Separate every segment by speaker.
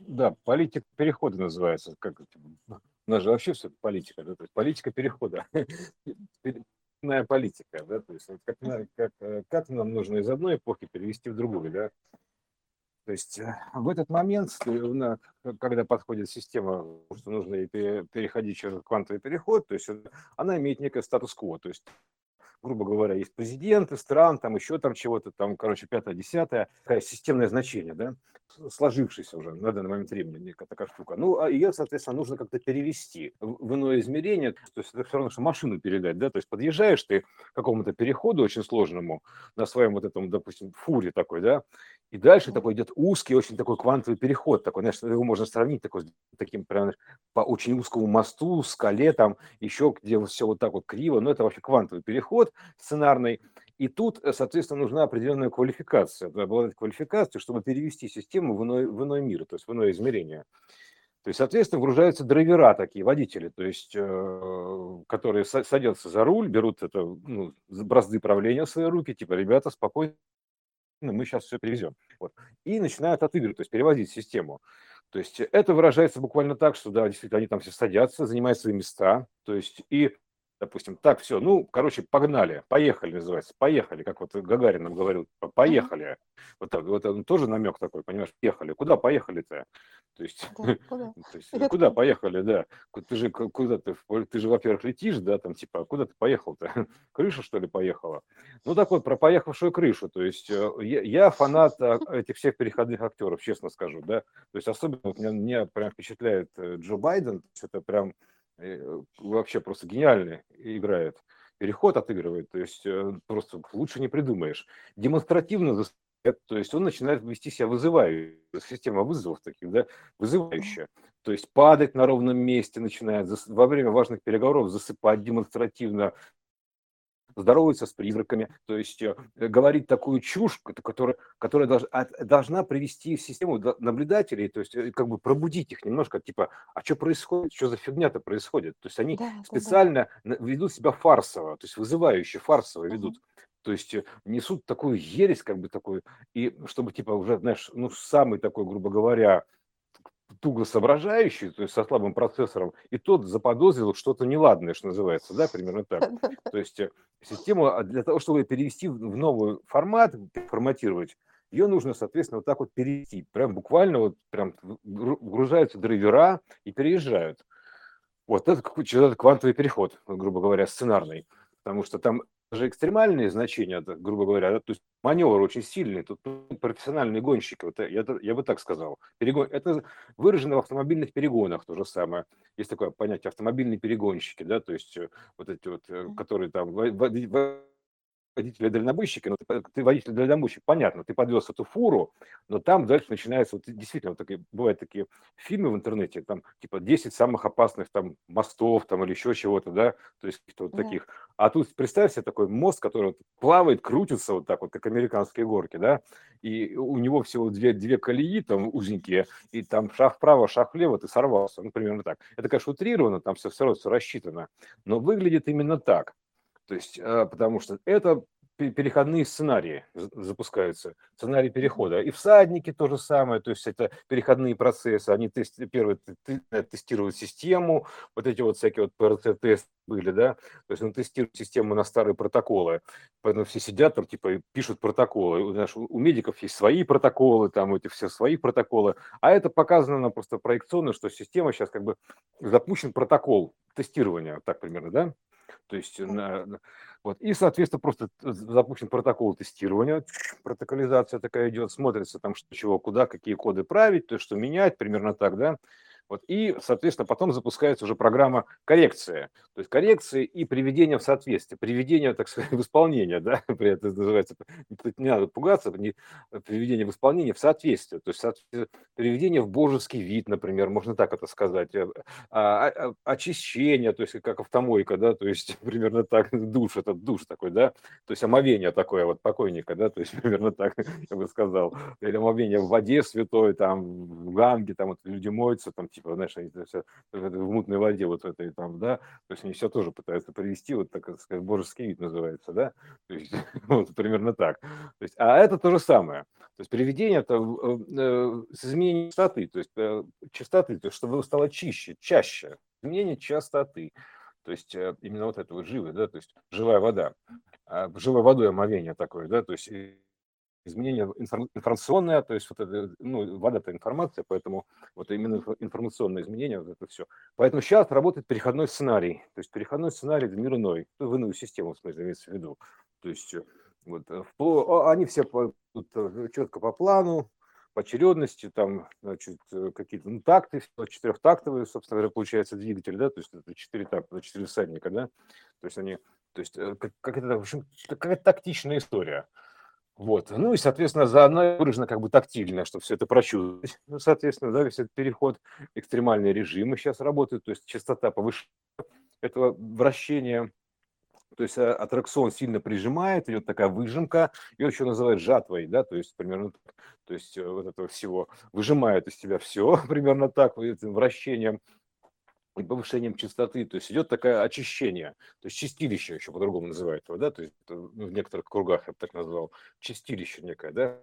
Speaker 1: Да, политика перехода называется. Как это? У нас же вообще все политика, да, то есть политика перехода. Переходная политика, да, то есть вот как нам нужно из одной эпохи перевести в другую, да. То есть в этот момент, когда подходит система, что нужно ей переходить через квантовый переход, то есть она имеет некое статус-кво, то есть грубо говоря, есть президенты стран, там еще там чего-то, там, короче, пятое, десятое, такое системное значение, да, сложившееся уже на данный момент времени, некая такая штука. Ну, а ее, соответственно, нужно как-то перевести в иное измерение, то есть это все равно, что машину передать, да, то есть подъезжаешь ты к какому-то переходу очень сложному на своем вот этом, допустим, фуре такой, да, и дальше
Speaker 2: Да.
Speaker 1: такой идет узкий, очень такой квантовый переход, такой, знаешь, его можно сравнить такой, с таким прям знаешь, по очень узкому мосту, скале, там, еще где все вот так вот криво, но это вообще квантовый переход сценарный. И тут, соответственно, нужна определенная квалификация, да, обладать квалификацией, чтобы перевести систему в иной мир, то есть в иное измерение. То есть, соответственно, выгружаются драйвера такие, водители, то есть, которые садятся за руль, берут это, ну, бразды правления в свои руки, типа, ребята, спокойно, мы сейчас все перевезем. Вот. И начинают отыгрывать, то есть перевозить систему. То есть это выражается буквально так, что, да, действительно, они там все садятся, занимают свои места, то есть и, допустим, так, все, ну, короче, погнали, поехали, называется, поехали, как вот Гагарин нам говорил,
Speaker 2: Мгм.
Speaker 1: поехали. Вот так, вот он тоже намек такой, понимаешь, поехали, куда поехали-то? То есть,
Speaker 2: Да, куда?
Speaker 1: то есть
Speaker 2: И
Speaker 1: куда
Speaker 2: откуда?
Speaker 1: поехали, да? Ты же куда ты же, во-первых, летишь, да, там, типа, а куда ты поехал-то? Крыша, что ли, поехала? Ну, такой про поехавшую крышу. То есть я фанат этих всех переходных актеров, честно скажу, да. То есть особенно вот меня прям впечатляет Джо Байден. То есть это прям вообще просто гениально играет. Переход отыгрывает, то есть просто лучше не придумаешь. Демонстративно то есть он начинает вести себя вызывающе, система вызовов таких, да,
Speaker 2: Да.
Speaker 1: вызывающая. То есть падать на ровном месте начинает, во время важных переговоров засыпать демонстративно, здоровается с призраками, то есть говорит такую чушь, которая должна привести в систему наблюдателей, то есть как бы пробудить их немножко, типа, а что происходит, что за фигня-то происходит? То есть они
Speaker 2: Да, да-да.
Speaker 1: специально ведут себя фарсово, то есть вызывающе, фарсово
Speaker 2: Мгм.
Speaker 1: ведут. То есть несут такую ересь, как бы такую, и чтобы, типа, уже, знаешь, ну, самый такой, грубо говоря, туго соображающий, то есть со слабым процессором, и тот заподозрил что-то неладное, что называется, да, примерно так.
Speaker 2: Да-да-да.
Speaker 1: То есть систему для того, чтобы перевести в новый формат, форматировать, ее нужно, соответственно, вот так вот перейти. Прям буквально вот прям вгружаются драйвера и переезжают. Вот это какой-то квантовый переход, грубо говоря, сценарный. Потому что там же экстремальные значения, грубо говоря, да, то есть маневр очень сильный, тут профессиональные гонщики, вот я бы так сказал. Это выражено в автомобильных перегонах то же самое. Есть такое понятие автомобильные перегонщики, да, то есть вот эти вот,
Speaker 2: Мгм.
Speaker 1: которые там водители-дальнобойщики, ну, ты водитель-дальнобойщик, понятно, ты подвез эту фуру, но там дальше начинается, вот действительно, вот такие, бывают такие фильмы в интернете, там, типа, 10 самых опасных там мостов, там, или еще чего-то, да, то есть каких-то вот
Speaker 2: Да.
Speaker 1: таких. А тут представь себе такой мост, который вот плавает, крутится вот так вот, как американские горки, да, и у него всего две колеи там узенькие, и там шаг вправо, шаг влево, ты сорвался, ну, примерно так. Это, конечно, утрировано, там все равно все рассчитано, но выглядит именно так. То есть, потому что это переходные сценарии запускаются, сценарий
Speaker 2: Мгм.
Speaker 1: перехода. И всадники то же самое, то есть это переходные процессы. Они первые тестируют систему, вот эти вот всякие вот ПРЦ-тесты были, да, то есть он тестирует систему на старые протоколы, поэтому все сидят там, типа, и пишут протоколы. Знаешь, у медиков есть свои протоколы, там эти все свои протоколы, а это показано нам просто проекционно, что система сейчас как бы запущен протокол тестирования, так примерно, да, то есть
Speaker 2: Да.
Speaker 1: вот. И, соответственно, просто запущен протокол тестирования, протоколизация такая идет, смотрится там, что, чего, куда, какие коды править, то есть что менять, примерно так, да. Вот. И, соответственно, потом запускается уже программа коррекции. То есть коррекции и приведение в соответствие, приведение, так сказать, в исполнение, да, при этом называется, тут не надо пугаться, приведение в исполнение в соответствие, то есть приведение в божеский вид, например, можно так это сказать, очищение, то есть как автомойка, да, то есть примерно так, душ, этот душ такой, да, то есть омовение такое вот покойника, да, то есть примерно так, я бы сказал, или омовение в воде святой, там, в Ганге, там вот люди моются, там, типа, типа, знаешь, они это всё в мутной воде вот этой там, да, то есть они все тоже пытаются привести, вот так сказать, божеский вид называется, да, то есть вот примерно так. То есть, а это то же самое. То есть приведение это с изменением частоты, то есть частоты, то есть чтобы стало чище, чаще, изменение частоты. То есть именно вот это вот живое, да, то есть живая вода, живой водой омовение такое, да, то есть изменение информационное, то есть вот это, ну, вода это информация, поэтому вот именно информационное изменение, вот это все. Поэтому сейчас работает переходной сценарий, то есть переходной сценарий в мир иной, ну, в иную систему, в смысле, имеется в виду. То есть вот они все четко по плану, по очередности, там, значит, какие-то ну, такты, четырехтактовые, собственно говоря, получается двигатель, да, то есть это 4 такта, 4 всадника, да, то есть они, то есть как это, в общем, такая тактичная история. Вот. Ну и, соответственно, заодно выражено как бы тактильно, чтобы все это прочувствовать. Ну, соответственно, да, весь этот переход, экстремальные режимы сейчас работают, то есть частота повышения этого вращения, то есть аттракцион сильно прижимает, идет такая выжимка, ее еще называют жатвой, да, то есть примерно так. То есть вот этого всего выжимает из тебя все примерно так, вот этим вращением и повышением частоты, то есть идет такое очищение, то есть чистилище еще по-другому называют его, да, то есть ну, в некоторых кругах я бы так назвал, чистилище некое, да,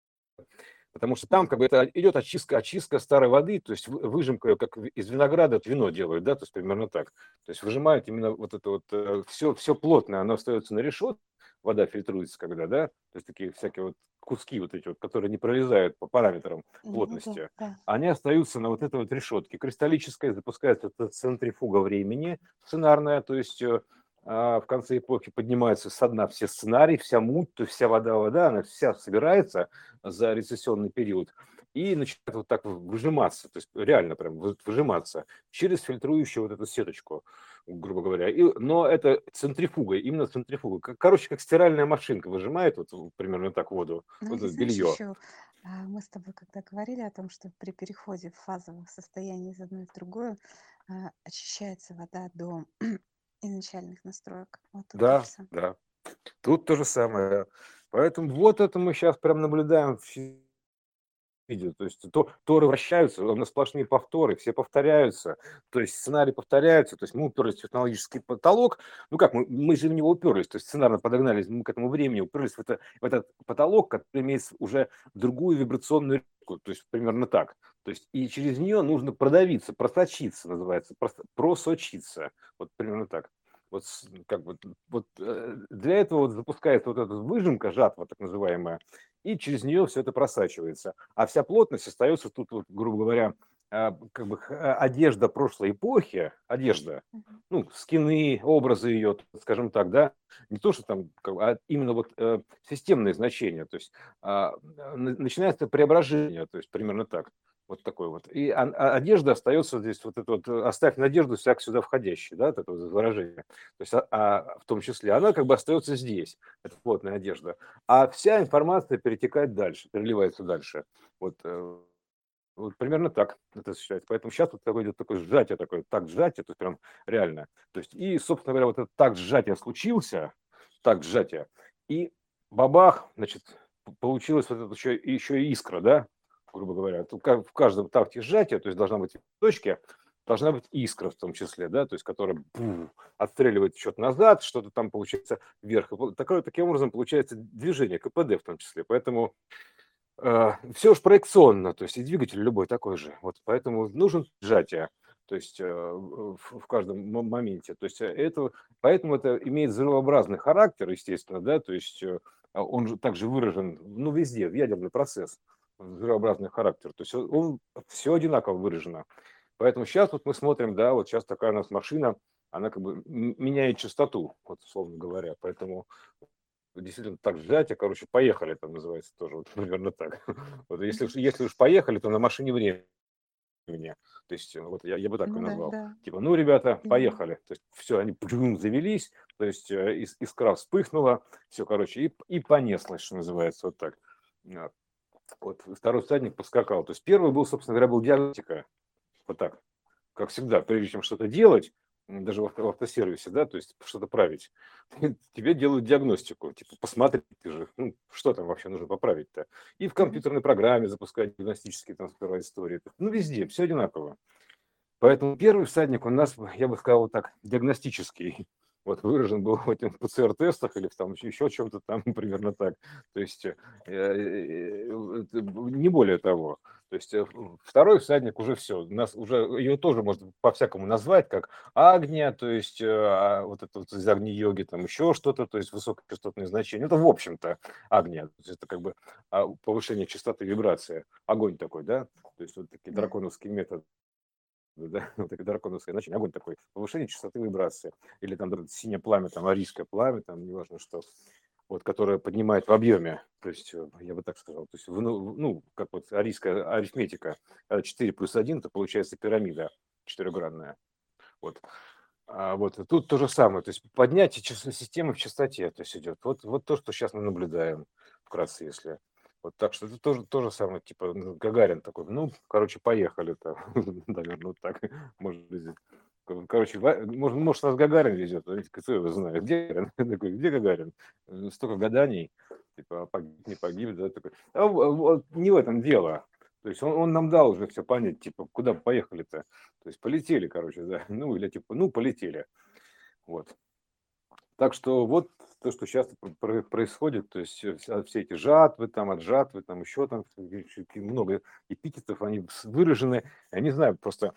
Speaker 1: потому что там как бы это идет очистка старой воды, то есть выжимка её, как из винограда вот вино делают, да, то есть примерно так. То есть выжимают именно вот это вот все плотное, оно остается на решетке, вода фильтруется когда, да, то есть такие всякие вот куски вот эти вот, которые не пролезают по параметрам
Speaker 2: Ну да,
Speaker 1: плотности,
Speaker 2: да.
Speaker 1: они остаются на вот этой вот решетке. Кристаллическая запускается эта центрифуга времени сценарная, то есть в конце эпохи поднимаются со дна все сценарии, вся муть, то есть вся вода, она вся собирается за рецессионный период и начинает вот так выжиматься, то есть реально прям выжиматься через фильтрующую вот эту сеточку, грубо говоря. Но это центрифуга, именно центрифуга. Короче, как стиральная машинка выжимает вот примерно так воду,
Speaker 2: Ну
Speaker 1: вот
Speaker 2: и
Speaker 1: это
Speaker 2: знаешь
Speaker 1: белье.
Speaker 2: еще, мы с тобой когда говорили о том, что при переходе фазовых состояний из одной в другую очищается вода до изначальных настроек. Вот тут то же
Speaker 1: Да,
Speaker 2: самое.
Speaker 1: да. Тут то же самое. Поэтому вот это мы сейчас прям наблюдаем видео. То есть торы вращаются, на сплошные повторы, все повторяются, то есть сценарий повторяется, то есть мы уперлись в технологический потолок, ну как, мы же в него уперлись, то есть сценарно подогнались, мы к этому времени уперлись в этот потолок, который имеет уже другую вибрационную речку, то есть примерно так. То есть и через нее нужно продавиться, просочиться, называется, просочиться, вот примерно так. Вот как бы вот для этого вот запускается вот эта выжимка, жатва так называемая, и через нее все это просачивается. А вся плотность остается тут, вот, грубо говоря, как бы одежда прошлой эпохи, одежда,
Speaker 2: Мгм.
Speaker 1: ну, скины, образы ее, скажем так, да, не то, что там, а именно вот системные значения, то есть начинается преображение, то есть примерно так, вот такой вот. И одежда остается здесь, вот это вот, оставь надежду всяк сюда входящий, да, вот это вот выражение, то есть, в том числе, она как бы остается здесь, это плотная одежда, а вся информация перетекает дальше, переливается дальше. Вот, вот примерно так это осуществляется. Поэтому сейчас вот такое идет такое сжатие, такое так сжатие, то есть прям реально. То есть и, собственно говоря, вот этот так сжатие случился, так сжатие, и бабах, значит, получилась вот это еще и искра, да, грубо говоря. Тут в каждом такте сжатия, то есть должна быть точка, должна быть искра в том числе, да, то есть которая отстреливает что-то назад, что-то там получается вверх. И таким образом получается движение, КПД в том числе. Поэтому все уж проекционно, то есть и двигатель любой такой же. Вот поэтому нужен сжатие, то есть в каждом моменте. То есть поэтому это имеет взрывообразный характер, естественно, да, то есть он же также выражен, ну, везде, в ядерный процесс, взрывообразный характер. То есть он все одинаково выражено. Поэтому сейчас вот мы смотрим, да, вот сейчас такая у нас машина, она как бы меняет частоту, вот условно говоря. Поэтому действительно так сжатие, короче, поехали там называется тоже, вот примерно так. Вот если уж поехали, то на машине времени. То есть вот я бы так
Speaker 2: Ну
Speaker 1: его
Speaker 2: да,
Speaker 1: назвал.
Speaker 2: да,
Speaker 1: Типа, ну, ребята,
Speaker 2: именно.
Speaker 1: поехали. То есть все, они завелись, то есть искра вспыхнула, все, короче, и понеслось, что называется, вот так. Вот. Вот второй всадник поскакал. То есть первый был, собственно говоря, был диагностика. Вот так, как всегда, прежде чем что-то делать, даже в автосервисе, да, то есть что-то править, тебе делают диагностику, типа, посмотри, ты же, ну, что там вообще нужно поправить-то. И в
Speaker 2: Мгм.
Speaker 1: компьютерной программе запускать диагностические там сперва истории. Ну, везде, все одинаково. Поэтому первый всадник у нас, я бы сказал, вот так, диагностический. Вот выражен был в этих ПЦР-тестах или там еще чем-то там, примерно так. То есть не более того. То есть второй всадник уже все. У нас уже ее тоже можно по-всякому назвать, как агния, то есть вот это вот из агни-йоги, там еще что-то, то есть высокочастотные значения. Это в общем-то агния. То есть это как бы повышение частоты вибрации. Огонь такой, да? То есть вот такие
Speaker 2: Да.
Speaker 1: драконовские методы, да, вот такое драконовское значение, огонь такой, повышение частоты вибрации, или там синее пламя, там арийское пламя, там неважно что, вот, которое поднимает в объеме, то есть, я бы так сказал, то есть, ну, как вот арийская арифметика, 4 плюс 1, это получается пирамида четырехгранная, вот. А вот тут то же самое, то есть поднятие системы в частоте, то есть идет. Вот то, что сейчас мы наблюдаем, вкратце, если. Вот так что это тоже то же самое, типа Гагарин такой, ну, короче, поехали там, наверное, вот так, может быть. Короче, может, нас Гагарин везет, а кто его знает, где Гагарин? Такой, где Гагарин? Столько гаданий, типа, погиб, не погиб, да, такой. Вот не в этом дело. То есть он нам дал уже все понять, типа, куда поехали-то. То есть полетели, короче, да. Ну, или типа, ну, полетели. Вот. Так что вот то, что сейчас происходит, то есть все эти жатвы, там, от жатвы, там еще там много эпитетов, они выражены. Я не знаю, просто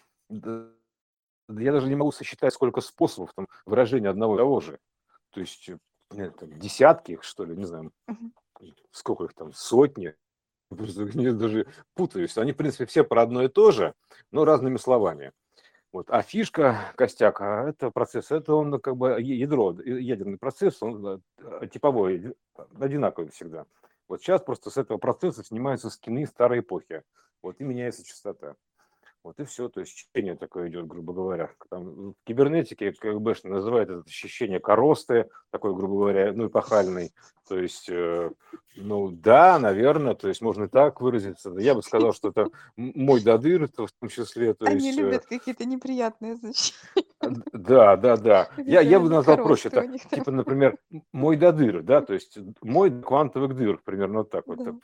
Speaker 1: я даже не могу сосчитать, сколько способов там выражения одного и того же. То есть там, десятки их, что ли, не знаю,
Speaker 2: Мгм.
Speaker 1: сколько их там, сотни. Просто я даже путаюсь. Они, в принципе, все про одно и то же, но разными словами. Вот. А фишка, костяк, это процесс, это он как бы ядро, ядерный процесс, он типовой, одинаковый всегда. Вот сейчас просто с этого процесса снимаются скины старой эпохи. Вот и меняется частота. Вот и все, то есть ощущение такое идет, грубо говоря. Там в кибернетике КГБшно называют это ощущение коросты, такой, грубо говоря, ну, эпохальный. То есть, ну да, наверное, то есть можно и так выразиться. Я бы сказал, что это мой додыр, в том числе, то
Speaker 2: Они
Speaker 1: есть,
Speaker 2: любят какие-то неприятные значения.
Speaker 1: да, да, да. Я бы
Speaker 2: Обязательно
Speaker 1: назвал проще,
Speaker 2: коросты у
Speaker 1: это
Speaker 2: них там.
Speaker 1: типа, например, мой до дыр, да, то есть мой до квантовых дыр, примерно вот так вот,
Speaker 2: Да.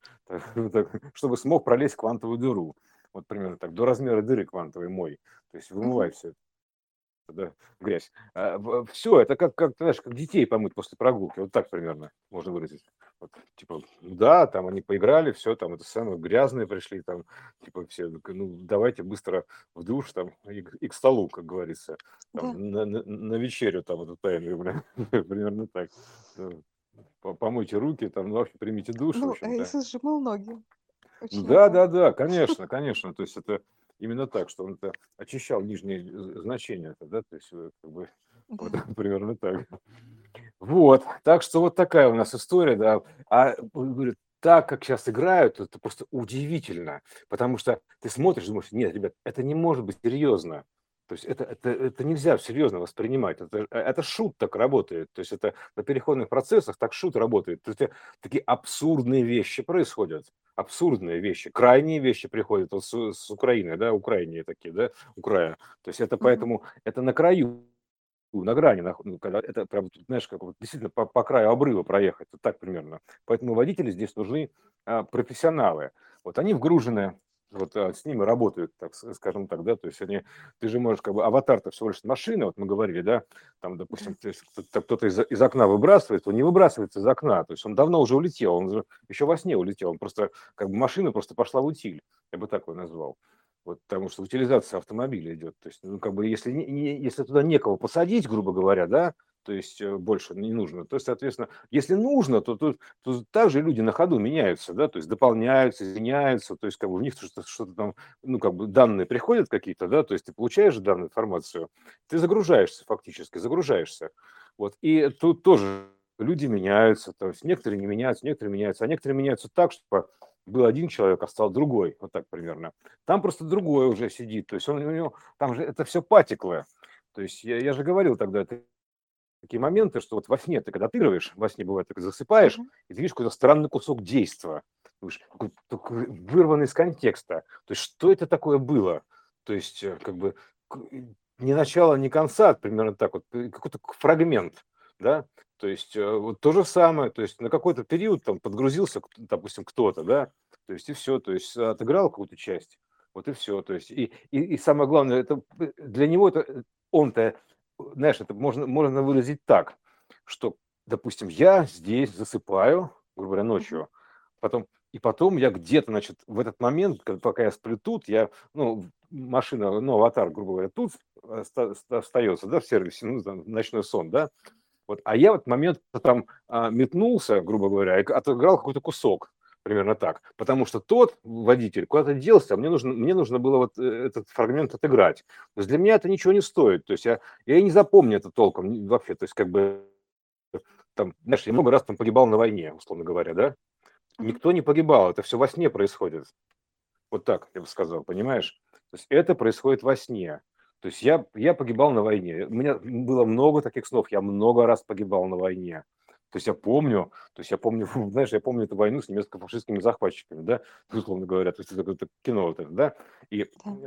Speaker 1: чтобы смог пролезть в квантовую дыру. Вот примерно так, до размера дыры квантовой мой. То есть
Speaker 2: Мгм.
Speaker 1: вымывай все да, грязь. Все, это как, знаешь, как детей помыть после прогулки. Вот так примерно можно выразить. Вот, типа, да, там они поиграли, все, там это самое грязные пришли, там, типа, все, ну, давайте быстро в душ, там, и к столу, как говорится,
Speaker 2: Да.
Speaker 1: там, на вечерю, там, эту тайную, бля, примерно так. Помойте руки, там, ну, вообще примите душ, в
Speaker 2: Ну,
Speaker 1: общем-то.
Speaker 2: Иисус же мыл ноги. Очень
Speaker 1: Да, да,
Speaker 2: опасно.
Speaker 1: да, конечно, конечно. То есть это именно так, что он это очищал нижние значения, да, то есть как бы вот
Speaker 2: Да.
Speaker 1: примерно так. Вот, так что вот такая у нас история, да. Говорю, так как сейчас играют, это просто удивительно, потому что ты смотришь, думаешь, нет, ребят, это не может быть серьезно. То есть это нельзя серьезно воспринимать. Это шут так работает. То есть это на переходных процессах так шут работает. То есть такие абсурдные вещи происходят. Абсурдные вещи, крайние вещи приходят вот с Украины, да, Украине такие, да, Украина. То есть это
Speaker 2: Мгм.
Speaker 1: поэтому, это на краю, на грани, ну, когда это прям, знаешь, как вот действительно по краю обрыва проехать, вот так примерно. Поэтому водители здесь нужны профессионалы. Вот они вгружены, вот с ними работают, так скажем так, да, то есть ты же можешь, как бы, аватар-то всего лишь машина, вот мы говорили, да, там, допустим,
Speaker 2: Да.
Speaker 1: то есть кто-то из окна выбрасывает, он не выбрасывается из окна, то есть он давно уже улетел, он же еще во сне улетел, он просто, как бы машина просто пошла в утиль, я бы так его назвал. Вот, потому что утилизация автомобиля идет. То есть, ну, как бы, если, если туда некого посадить, грубо говоря, да, то есть больше не нужно, то, соответственно, если нужно, то также люди на ходу меняются, да, то есть дополняются, изменяются, то есть как бы в них что-то там, ну, как бы данные приходят какие-то, да, то есть ты получаешь данную информацию, ты загружаешься фактически, загружаешься. Вот, и тут тоже люди меняются, то есть некоторые меняются, а некоторые меняются так, что был один человек, а стал другой, вот так примерно. Там просто другой уже сидит. То есть у него там же это все патиклое. То есть я же говорил тогда такие моменты, что вот во сне ты когда отыгрываешь, во сне бывает, так засыпаешь,
Speaker 2: Мгм.
Speaker 1: и ты видишь какой-то странный кусок действия, такой вырванный из контекста. То есть что это такое было? То есть как бы к- ни начала, ни конца, примерно так вот, какой-то фрагмент, да? То есть вот то же самое, то есть на какой-то период там подгрузился, допустим, кто-то, да, то есть и все, то есть отыграл какую-то часть, Вот и все. То есть, и самое главное, это для него это он-то, знаешь, это можно выразить так, что, допустим, я здесь засыпаю, грубо говоря,
Speaker 2: Мгм.
Speaker 1: ночью, потом я где-то, значит, в этот момент, пока я сплю тут, машина, ну, аватар, грубо говоря, тут остается, да, в сервисе, ну, там, ночной сон, да, вот, а я в этот момент там метнулся, грубо говоря, и отыграл какой-то кусок, примерно так, потому что тот водитель куда-то делся, а мне нужно было вот этот фрагмент отыграть. То есть для меня это ничего не стоит, то есть я и не запомню это толком вообще, то есть как бы там, знаешь, я много раз там погибал на войне, условно говоря, да,
Speaker 2: Мгм.
Speaker 1: никто не погибал, это все во сне происходит. Вот так я бы сказал, понимаешь? То есть это происходит во сне. То есть я погибал на войне. У меня было много таких снов. Я много раз погибал на войне. То есть я помню, знаешь, я помню эту войну с немецко-фашистскими захватчиками, да, условно говоря. То есть это кино, вот это, да. И,
Speaker 2: Да.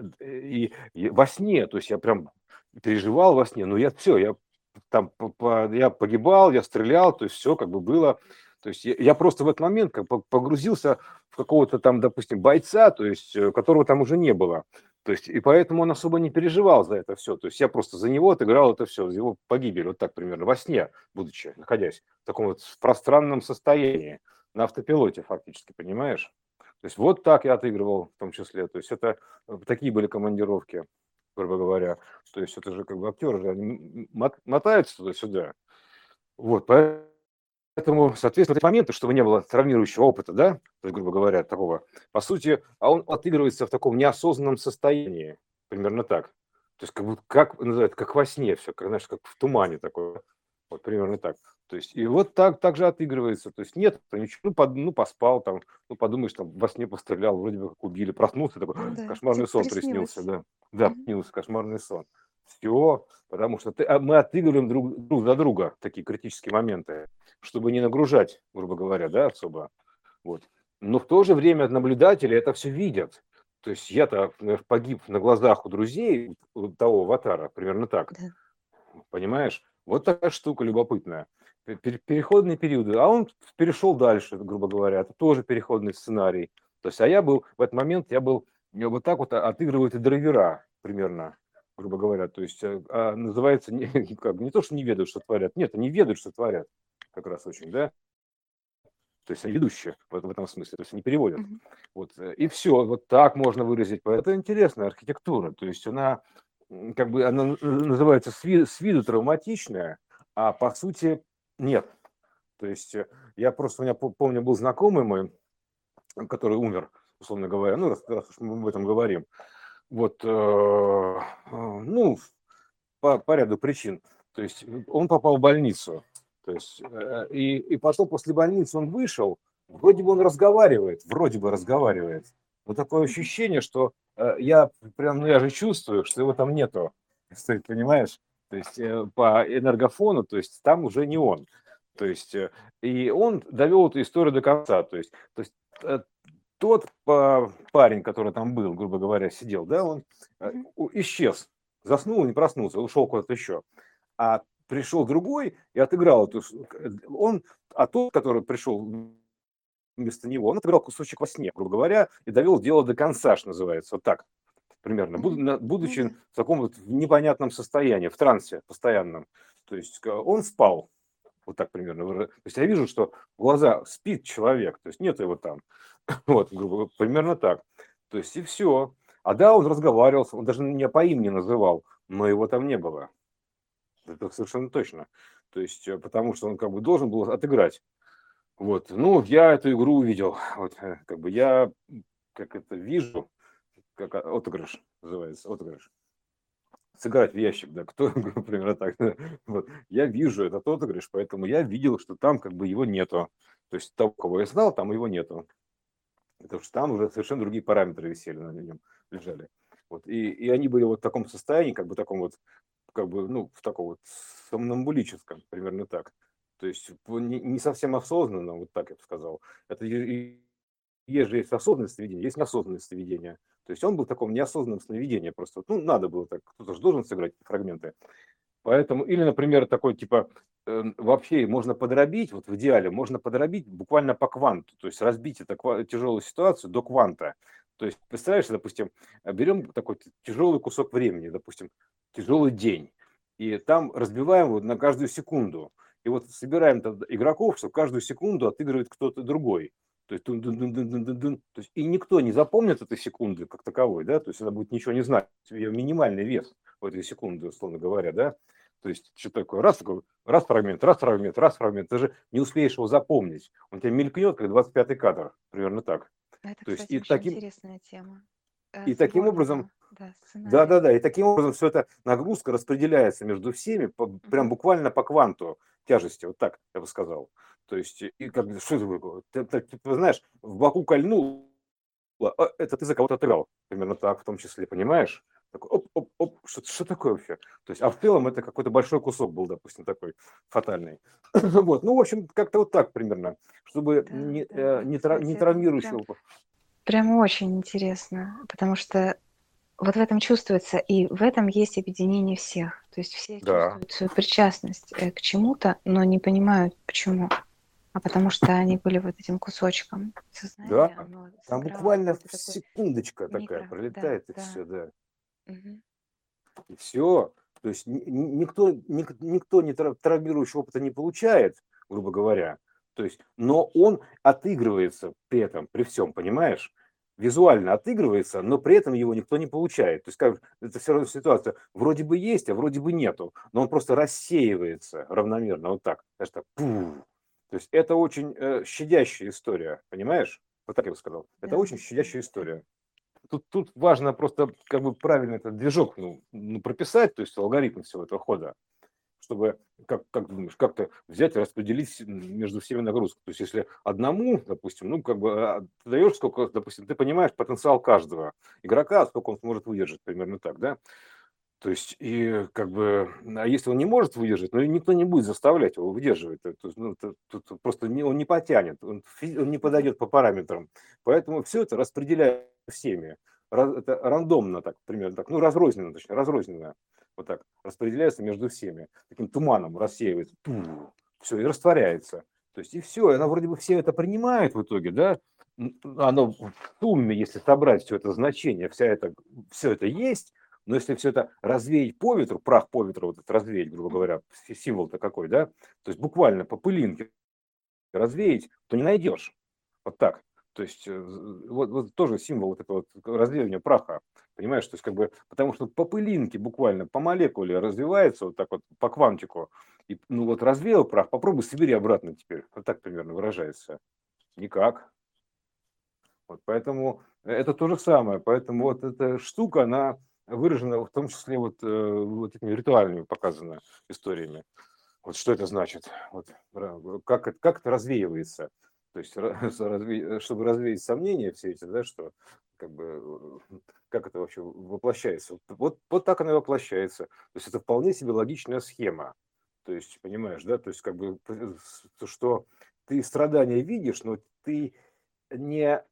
Speaker 1: и во сне, то есть я прям переживал во сне, но я там я погибал, я стрелял, то есть все как бы было. То есть я просто в этот момент как бы погрузился в какого-то там, допустим, бойца, то есть которого там уже не было. То есть, и поэтому он особо не переживал за это все. То есть я просто за него отыграл это все, за его погибель, вот так примерно, во сне, будучи, находясь в таком вот пространном состоянии, на автопилоте фактически, понимаешь? То есть вот так я отыгрывал в том числе. То есть это такие были командировки, грубо говоря. То есть это же как бы актеры же, они мотаются туда-сюда. Вот, поэтому, соответственно, эти моменты, чтобы не было травмирующего опыта, да, то есть, грубо говоря, такого, по сути, он отыгрывается в таком неосознанном состоянии, примерно так. То есть, как будто, как называют, как во сне все, как, знаешь, как в тумане такое, вот примерно так. То есть, и вот так же отыгрывается. То есть, нет, ничего, поспал там, ну, подумаешь, там, во сне пострелял, вроде бы как убили, проснулся, такой,
Speaker 2: Ну да,
Speaker 1: кошмарный
Speaker 2: типа
Speaker 1: сон приснился,
Speaker 2: приснилось.
Speaker 1: да. Да,
Speaker 2: Мгм.
Speaker 1: приснился кошмарный сон. Все, потому что мы отыгрываем друг за друга такие критические моменты, чтобы не нагружать, грубо говоря, да, особо. Вот. Но в то же время наблюдатели это все видят. То есть я-то погиб на глазах у друзей у того аватара, примерно так,
Speaker 2: Да.
Speaker 1: понимаешь? Вот такая штука любопытная. Переходные периоды. А он перешел дальше, грубо говоря. Это тоже переходный сценарий. То есть, а я был, в этот момент я вот так вот отыгрывают и драйвера примерно, грубо говоря. То есть, называется, не то, что не ведают, что творят. Нет, они ведают, что творят. Как раз очень, да? То есть они ведущие в этом смысле, то есть они переводят.
Speaker 2: Мгм.
Speaker 1: Вот, и все, вот так можно выразить. Это интересная архитектура, то есть она как бы она называется с виду травматичная, а по сути нет. То есть я просто, у меня помню, был знакомый мой, который умер, условно говоря, ну, раз уж мы об этом говорим, вот, ну, по ряду причин. То есть он попал в больницу. То есть, и потом после больницы он вышел, вроде бы он разговаривает, вроде бы разговаривает. Вот такое
Speaker 2: Мгм.
Speaker 1: ощущение, что я прям, ну я же чувствую, что его там нету. Ты понимаешь? То есть по энергофону, то есть там уже не он. То есть, и он довел эту историю до конца. То есть э, тот парень, который там был, грубо говоря, сидел, да, он
Speaker 2: Мгм.
Speaker 1: исчез, заснул, не проснулся, ушел куда-то еще. А пришел другой и отыграл а тот, который пришел вместо него, он отыграл кусочек во сне, грубо говоря, и довел дело до конца, что называется, вот так примерно,
Speaker 2: Мгм. Ну
Speaker 1: будучи
Speaker 2: да.
Speaker 1: в таком вот непонятном состоянии, в трансе постоянном. То есть он спал, вот так примерно. То есть я вижу, что в глаза спит человек, то есть нет его там. Вот, грубо говоря, примерно так. То есть и все. А да, он разговаривал, он даже меня по имени называл, но его там не было. Это совершенно точно. То есть, потому что он как бы должен был отыграть. Вот. Ну, я эту игру увидел. Вот, как бы я как это вижу, как отыгрыш называется, отыгрыш. Сыграть в ящик, да, кто, примерно так. Вот. Я вижу этот отыгрыш, поэтому я видел, что там как бы его нету. То есть того, кого я знал, там его нету. Потому что там уже совершенно другие параметры висели на нем, лежали. Вот. И они были вот в таком состоянии, как бы таком вот, как бы, ну, в таком вот сомнамбулическом, примерно так. То есть не совсем осознанно, вот так я бы сказал. Это есть же есть осознанное сновидение, есть неосознанное сновидение. То есть он был в таком неосознанном сновидении просто. Ну, надо было так, кто-то же должен сыграть фрагменты. Поэтому, или, например, такой типа, вообще можно подробить, вот в идеале можно подробить буквально по кванту, то есть разбить эту тяжелую ситуацию до кванта. То есть, представляешь, допустим, берем такой тяжелый кусок времени, допустим, тяжелый день, и там разбиваем его на каждую секунду. И вот собираем тогда игроков, что каждую секунду отыгрывает кто-то другой. То есть, дун-дун-дун-дун-дун-дун. То есть, и никто не запомнит этой секунды как таковой, да, то есть она будет ничего не знать. Ее минимальный вес в этой секунде, условно говоря, да. То есть, что такое? Раз фрагмент, раз фрагмент, раз фрагмент. Ты же не успеешь его запомнить. Он тебя мелькнет, как 25-й кадр, примерно так.
Speaker 2: Это,
Speaker 1: То есть,
Speaker 2: кстати, очень интересная тема.
Speaker 1: и таким образом,
Speaker 2: Сборного, да, сценария.
Speaker 1: да-да-да, и таким образом все это нагрузка распределяется между всеми, прям
Speaker 2: Мгм.
Speaker 1: буквально по кванту тяжести, вот так я бы сказал. То есть, и как бы, что это такое? Ты знаешь, в боку кольнуло, это ты за кого-то отыграл. Примерно так в том числе, понимаешь? Такой оп-оп-оп, что такое вообще? То есть, а в целом это какой-то большой кусок был, допустим, такой фатальный. Вот, ну, в общем, как-то вот так примерно, чтобы
Speaker 2: Да, да, да.
Speaker 1: не
Speaker 2: Кстати, это прям,
Speaker 1: травмирующего.
Speaker 2: прям очень интересно, потому что вот в этом чувствуется, и в этом есть объединение всех. То есть все
Speaker 1: Да,
Speaker 2: чувствуют свою причастность к чему-то, но не понимают почему. А потому что они были вот этим кусочком
Speaker 1: да,
Speaker 2: сознания, оно
Speaker 1: там
Speaker 2: сыграло
Speaker 1: буквально
Speaker 2: какой-то такой
Speaker 1: секундочка такая
Speaker 2: микро, да,
Speaker 1: пролетает, и
Speaker 2: да.
Speaker 1: все, да.
Speaker 2: Мгм.
Speaker 1: И все. То есть никто не травмирующего опыта не получает, грубо говоря. То есть, но он отыгрывается при этом, при всем, понимаешь? Визуально отыгрывается, но при этом его никто не получает. То есть как, это все равно ситуация вроде бы есть, а вроде бы нету, но он просто рассеивается равномерно, вот так. Знаешь, так, пух. То есть это очень щадящая история, понимаешь? Вот так я бы сказал. Это
Speaker 2: Да,
Speaker 1: очень
Speaker 2: да,
Speaker 1: щадящая
Speaker 2: да.
Speaker 1: история. Тут важно просто как бы правильно этот движок прописать, то есть алгоритм всего этого хода, чтобы, как ты думаешь, как-то взять и распределить между всеми нагрузку. То есть если одному, допустим, ну как бы ты даешь сколько, допустим, ты понимаешь потенциал каждого игрока, сколько он сможет выдержать, примерно так, да? То есть, и как бы, а если он не может выдержать, ну, и никто не будет заставлять его выдерживать. То есть, ну, тут просто он не потянет, он не
Speaker 2: Мгм.
Speaker 1: подойдет по параметрам. Поэтому все это распределяется всеми. Это рандомно так, примерно так, ну, разрозненно, точнее, разрозненно. Вот так распределяется между всеми. Таким туманом рассеивается. Все, и растворяется. То есть, и все. И она вроде бы все это принимает в итоге, да? Оно в сумме, если собрать все это значение, все это есть, но если все это развеять по ветру, прах по ветру вот этот развеять, грубо
Speaker 2: Мгм.
Speaker 1: говоря, символ-то какой, да, то есть буквально по пылинке развеять, то не найдешь. Вот так. То есть вот тоже символ вот этого вот развеивания праха. Понимаешь, то есть как бы, потому что по пылинке буквально, по молекуле развивается вот так вот по квантику. И, ну вот развеял прах, попробуй собери обратно теперь. Вот так примерно выражается. Никак. Вот поэтому это то же самое. Поэтому
Speaker 2: М.
Speaker 1: вот эта штука, она выражена в том числе вот этими ритуальными показана историями. Вот что это значит? Вот, как это развеивается? То есть, чтобы развеять сомнения все эти, да, что как бы, как это вообще воплощается? Вот так оно и воплощается. То есть это вполне себе логичная схема. То есть, понимаешь, да, то есть как бы, что ты страдания видишь, но ты не,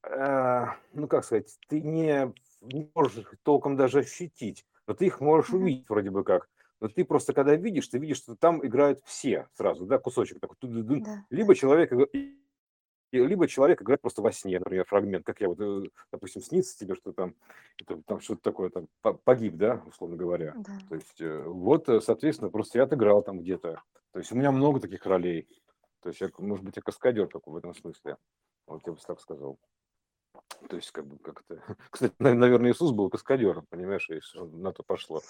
Speaker 1: ну как сказать, ты не можешь их толком даже ощутить, но ты их можешь
Speaker 2: Мгм.
Speaker 1: увидеть вроде бы как. Но ты просто когда видишь, ты видишь, что там играют все сразу, да, кусочек такой. Ту-ду-дун.
Speaker 2: Да, да.
Speaker 1: Либо человек играет просто во сне, например, фрагмент, как я вот, допустим, снится тебе, что там что-то такое там погиб, да, условно говоря.
Speaker 2: Да.
Speaker 1: То есть вот, соответственно, просто я отыграл там где-то. То есть у меня много таких ролей. То есть, может быть, я каскадер такой в этом смысле. Вот я бы так сказал. То есть, как бы, как это... Кстати, наверное, Иисус был каскадером, понимаешь, если на то пошло.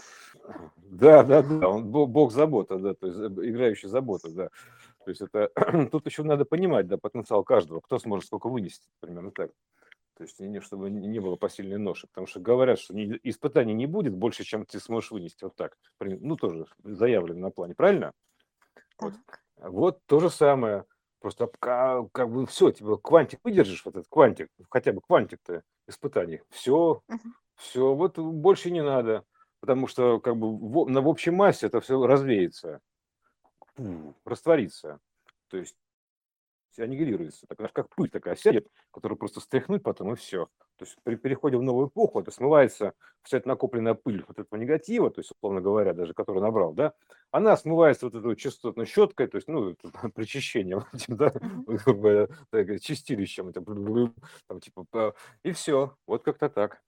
Speaker 1: Да, он бог забота, да, то есть играющий забота, да. То есть это тут еще надо понимать, да, потенциал каждого, кто сможет сколько вынести, примерно так. То есть чтобы не было посильной ноши, потому что говорят, что испытаний не будет больше, чем ты сможешь вынести, вот так. Ну, тоже заявлено на плане, правильно? Вот.
Speaker 2: Так.
Speaker 1: Вот то же самое. Просто как бы все, типа квантик выдержишь, вот этот квантик, хотя бы квантик-то испытаний.
Speaker 2: Мгм.
Speaker 1: Все, вот больше не надо. Потому что как бы в общей массе это все развеется, растворится. То есть аннигилируется. Так, знаешь, как пыль такая сядет, которую просто стряхнуть потом, и все. То есть при переходе в новую эпоху это смывается вся эта накопленная пыль вот этого негатива, то есть, условно говоря, даже который набрал, да, она смывается вот этой вот частотной щеткой, то есть, ну, причащением, этим, да,
Speaker 2: Мгм.
Speaker 1: грубо говоря, так сказать, чистилищем, этим, там, типа, и все, вот как-то так.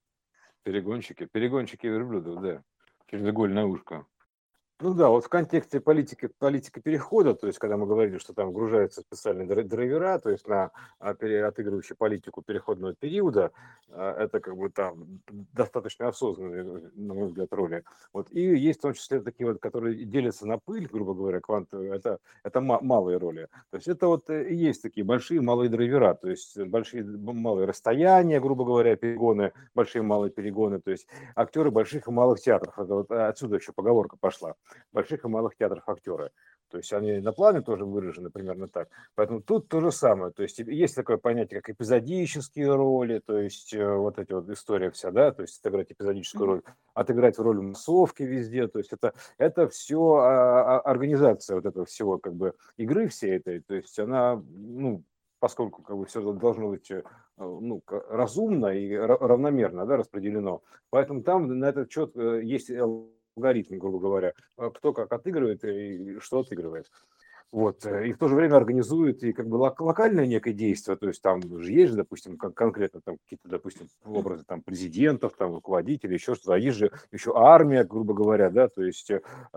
Speaker 1: Перегонщики верблюдов, да, через игольное ушко. Ну да, вот в контексте политика перехода, то есть когда мы говорили, что там вгружаются специальные драйвера, то есть на отыгрывающие политику переходного периода, это как бы там достаточно осознанные, на мой взгляд, роли. Вот. И есть в том числе такие вот, которые делятся на пыль, грубо говоря, квантовые, это малые роли. То есть это вот и есть такие большие и малые драйвера, то есть большие малые расстояния, грубо говоря, перегоны, большие и малые перегоны, то есть актеры больших и малых театров. Это вот отсюда еще поговорка пошла больших и малых театров актеры. То есть они на плане тоже выражены примерно так. Поэтому тут то же самое. То есть есть такое понятие, как эпизодические роли, то есть вот эти вот история вся, да, то есть отыграть эпизодическую
Speaker 2: Мгм.
Speaker 1: роль, отыграть роль массовки везде, то есть это все организация вот этого всего как бы игры всей этой, то есть она, ну, поскольку как бы все должно быть ну, разумно и равномерно, да, распределено, поэтому там на этот счет есть алгоритм, грубо говоря, кто как отыгрывает и что отыгрывает. Вот. И в то же время организует и как бы локальное некое действие, то есть там же есть же, допустим, конкретно там какие-то, допустим, образы там президентов, там руководителей, еще что-то, а есть же еще армия, грубо говоря, да, то есть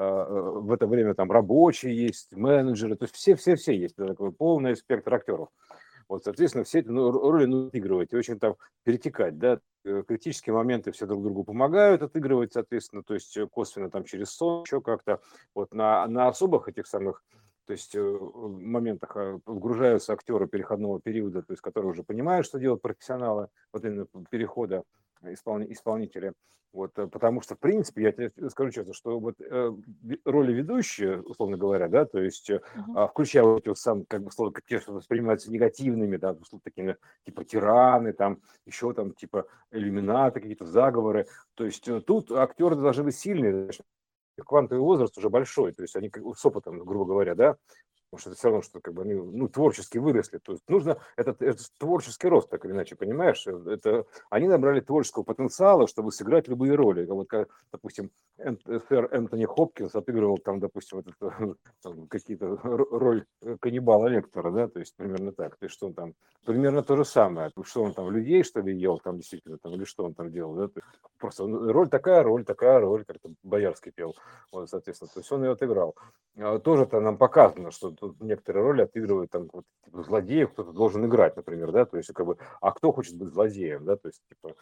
Speaker 1: в это время там рабочие есть, менеджеры, то есть все есть, это такой полный спектр актеров. Вот, соответственно, все эти роли нужно отыгрывать и очень там перетекать, да, критические моменты все друг другу помогают отыгрывать, соответственно, то есть косвенно там через сон, еще как-то. Вот на особых этих самых, то есть моментах вгружаются актеры переходного периода, то есть которые уже понимают, что делают профессионалы, вот именно перехода исполнителя. Вот, потому что, в принципе, я тебе скажу честно, что вот роли ведущие, условно говоря, да, то есть
Speaker 2: Мгм.
Speaker 1: включая вот эти вот сам, как бы, слово, те, что воспринимаются негативными, да, такими, типа тираны, там, еще там, типа иллюминаты, какие-то заговоры. То есть тут актеры должны быть сильные, квантовый возраст уже большой, то есть они с опытом, грубо говоря, да, потому что это все равно, что как бы они, ну, творчески выросли. То есть нужно этот творческий рост, так или иначе, понимаешь? Они набрали творческого потенциала, чтобы сыграть любые роли. Вот, как, допустим, сэр Энтони Хопкинс отыгрывал там, допустим, там, какие-то роль каннибала Лектора, да, то есть примерно так. То есть что он там, примерно то же самое. Что он там, людей, что ли, ел там действительно, там, или что он там делал, да? Просто роль такая роль, как там Боярский пел, вот, соответственно. То есть он ее отыграл. Тоже-то нам показано, что тут некоторые роли отыгрывают там вот, типа, злодеев, кто-то должен играть, например, да, то есть как бы, а кто хочет быть злодеем, да, то есть типа,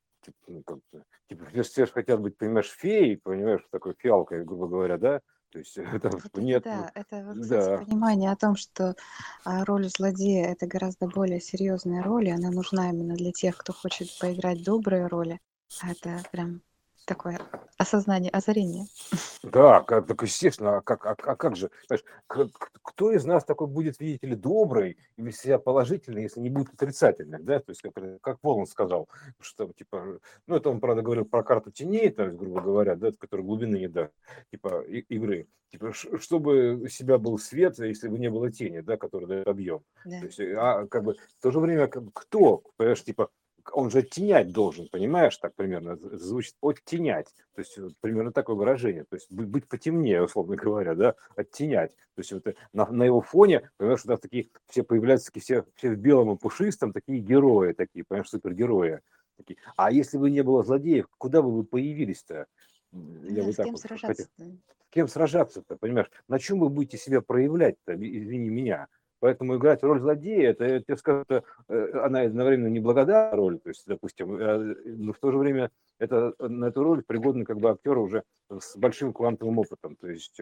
Speaker 1: ну, как типа все же хотят быть, понимаешь, феей, понимаешь, такой фиалкой, грубо говоря, да, то есть это
Speaker 2: Вот это
Speaker 1: нет,
Speaker 2: да, это вот, кстати,
Speaker 1: да,
Speaker 2: понимание о том, что роль злодея это гораздо более серьезная роль, и она нужна именно для тех, кто хочет поиграть добрые роли. Это прям такое осознание, озарение.
Speaker 1: да, так естественно, как же, знаешь, кто из нас такой будет, видите ли, добрый и вести себя положительно, если не будет отрицательных, да, то есть, как Волан сказал, что, типа, ну, это он, правда, говорил про карту теней, то есть, грубо говоря, да, которая глубины не даст, типа, игры, типа, чтобы у себя был свет, если бы не было тени, да, который дает объем,
Speaker 2: Да,
Speaker 1: то есть, а как бы в то же время, как бы, кто, понимаешь, типа, он же оттенять должен, понимаешь, так примерно звучит, оттенять, то есть примерно такое выражение, то есть быть потемнее, условно говоря, да, оттенять, то есть вот на его фоне, понимаешь, что там такие все появляются, такие все в белом и пушистом, такие герои, такие, понимаешь, супергерои, такие. А если бы не было злодеев, куда бы вы появились-то? Я
Speaker 2: да,
Speaker 1: бы
Speaker 2: с
Speaker 1: так
Speaker 2: кем
Speaker 1: вот хотел.
Speaker 2: сражаться-то?
Speaker 1: С кем сражаться-то, понимаешь? На чем вы будете себя проявлять-то, извини меня? Поэтому играть роль злодея, это, я тебе скажу, она одновременно неблагодарная роль, то есть, допустим, но в то же время на эту роль пригодны как бы актеры уже с большим квантовым опытом, то есть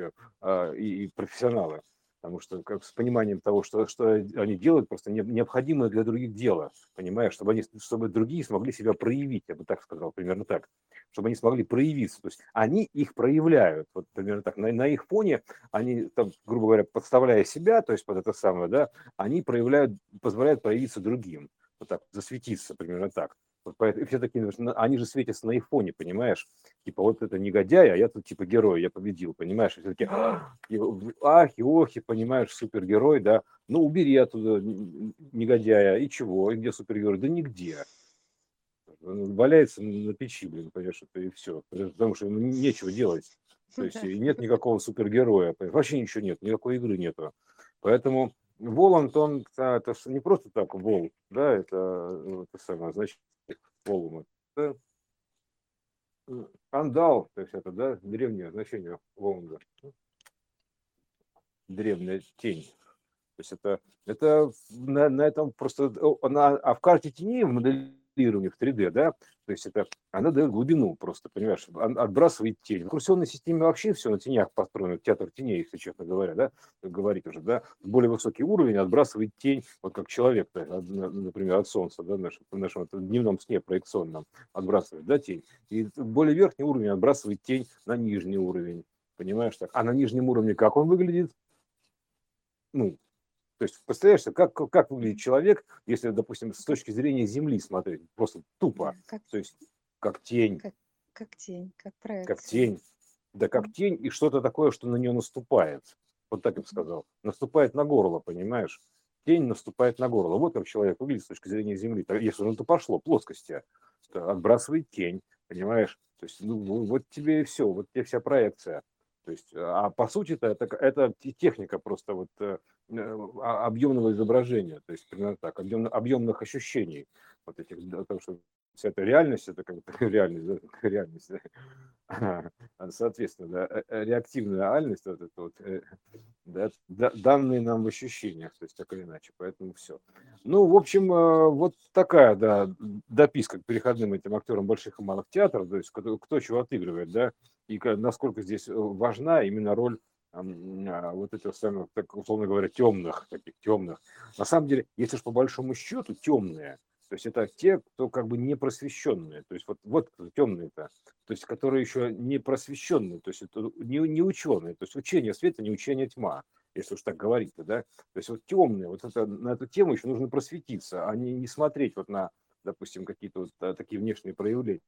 Speaker 1: и профессионалы. Потому что как с пониманием того, что они делают, просто необходимое для других дело, понимаешь, чтобы другие смогли себя проявить, я бы так сказал, примерно так, чтобы они смогли проявиться. То есть они их проявляют, вот примерно так, на их фоне они, там, грубо говоря, подставляя себя, то есть под это самое, да, они проявляют, позволяют проявиться другим, вот так, засветиться, примерно так. Вот поэтому, все такие, они же светятся на их фоне, понимаешь? Типа, вот это негодяй, а я тут типа герой, я победил, понимаешь? И все такие, ахи, охи, понимаешь, супергерой, да? Ну, убери оттуда негодяя, и чего, и где супергерой? Да нигде. Он валяется на печи, блин, понимаешь, это и все. Потому что ему нечего делать. То есть
Speaker 2: Да.
Speaker 1: и нет никакого супергероя. Вообще ничего нет, никакой игры нету. Поэтому Воланд, он это не просто так Вол, да, это самое, значит, Волум. Это андал, то есть это, да, древнее значение Воланда. Древняя тень. То есть это на этом просто, а в карте теней, в моделировании в 3D, да, то есть она дает глубину просто, понимаешь, отбрасывает тень. В инкурсионной системе вообще все на тенях построено, театр теней, если честно говоря, да, говорить уже, да, более высокий уровень отбрасывает тень, вот как человек, например, от солнца, да, в нашем дневном сне проекционном отбрасывает, да, тень, и более верхний уровень отбрасывает тень на нижний уровень, понимаешь, так, а на нижнем уровне как он выглядит? Ну, то есть, представляешь, как выглядит человек, если, допустим, с точки зрения Земли смотреть, просто тупо,
Speaker 2: Да, как,
Speaker 1: то есть, как тень,
Speaker 2: как, как тень, как
Speaker 1: как
Speaker 2: проекция.
Speaker 1: тень, да как
Speaker 2: Мгм.
Speaker 1: тень и что-то такое, что на нее наступает. Вот так я бы
Speaker 2: Мгм.
Speaker 1: сказал. Наступает на горло, понимаешь? Тень наступает на горло. Вот как человек выглядит с точки зрения Земли. Если он то пошло, плоскости, то отбрасывает тень, понимаешь? То есть, ну, вот тебе и все, вот тебе вся проекция. То есть, а по сути это техника просто вот объемного изображения, то есть примерно так, объемных ощущений вот этих, да, потому что вся эта реальность, это как бы реальность, да, реальность, соответственно, да, реактивная реальность, вот это вот, да, данные нам в ощущениях, то есть так или иначе, поэтому все. Ну, в общем, вот такая, да, дописка к переходным этим актерам больших и малых театров, то есть кто чего отыгрывает, да, и насколько здесь важна именно роль вот этих самых, так, условно говоря, темных, таких темных. На самом деле, если уж по большому счету темные, то есть это те, кто как бы не просвещенные, то есть вот темные-то, то есть которые еще не просвещенные, то есть это не ученые, то есть учение света, не учение тьма, если уж так говорить, да. То есть вот темные, вот это, на эту тему еще нужно просветиться, а не смотреть вот на, допустим, какие-то вот такие внешние проявления.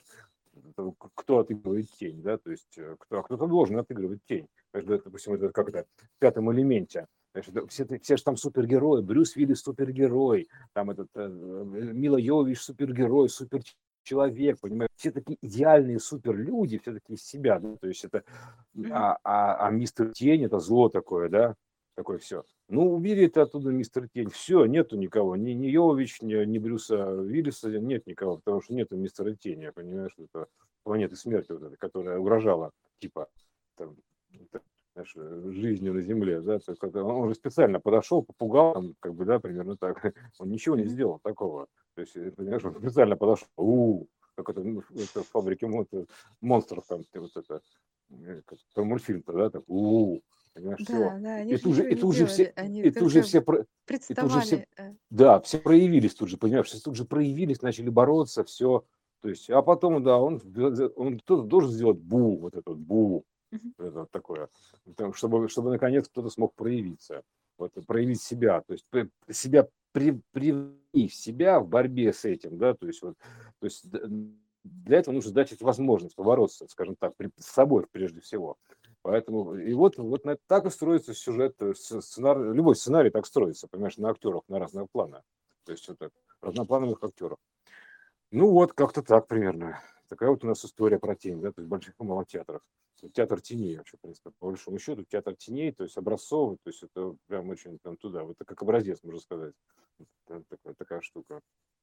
Speaker 1: Кто отыгрывает тень, да, то есть кто-то должен отыгрывать тень. Допустим, это как это в пятом элементе. Значит, все же там супергерои, Брюс Уиллис супергерой, там этот Мила Йовович супергерой, супер человек, понимаешь, все такие идеальные суперлюди, все такие из себя, да? То есть это,
Speaker 2: Мгм.
Speaker 1: а мистер Тень это зло такое, да, такое все. Ну, убери ты оттуда мистер Тень, все, нету никого, ни Йовович, ни Брюса Уиллиса, нет никого, потому что нету мистера Тени, понимаешь, это планеты смерти вот эта, которая угрожала, типа, там, знаешь, жизнью на Земле, да, то есть он же специально подошел, попугал, там, как бы, да, примерно так, он ничего не
Speaker 2: Мгм.
Speaker 1: сделал такого, то есть, понимаешь, он специально подошел, как это, ну, это в фабрике монстров, там, вот это, как про мультфильм-то, да, так, понимаешь, все,
Speaker 2: Да, да, они
Speaker 1: и
Speaker 2: же
Speaker 1: тут же,
Speaker 2: ничего
Speaker 1: и
Speaker 2: не
Speaker 1: тут же все,
Speaker 2: делали, они
Speaker 1: и тут же
Speaker 2: только
Speaker 1: все, и тут же все,
Speaker 2: представали.
Speaker 1: да, все проявились тут же, понимаешь, все тут же проявились, начали бороться, все, то есть, а потом, да, он кто-то должен сделать вот этот
Speaker 2: Мгм.
Speaker 1: это вот такое, чтобы наконец кто-то смог проявиться, вот, проявить себя, то есть себя привив себя в борьбе с этим, да, то есть вот, то есть для этого нужно дать возможность побороться, скажем так, с собой прежде всего. Поэтому и вот так и строится сюжет, сценарий, любой сценарий так строится, понимаешь, на актерах, на разного плана, то есть вот так, разноплановых актеров. Ну вот, как-то так примерно. Такая вот у нас история про тень, да, то есть больших и малых театров. Театр теней вообще, в принципе, по большому счету, театр теней, то есть образцовый, то есть это прям очень там туда, вот это как образец, можно сказать. Это такая штука.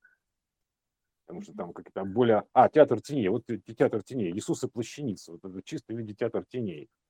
Speaker 1: Потому что
Speaker 2: Мгм.
Speaker 1: там какие-то более... театр теней, вот театр теней, Иисус и плащаница, вот это чисто в виде театр теней.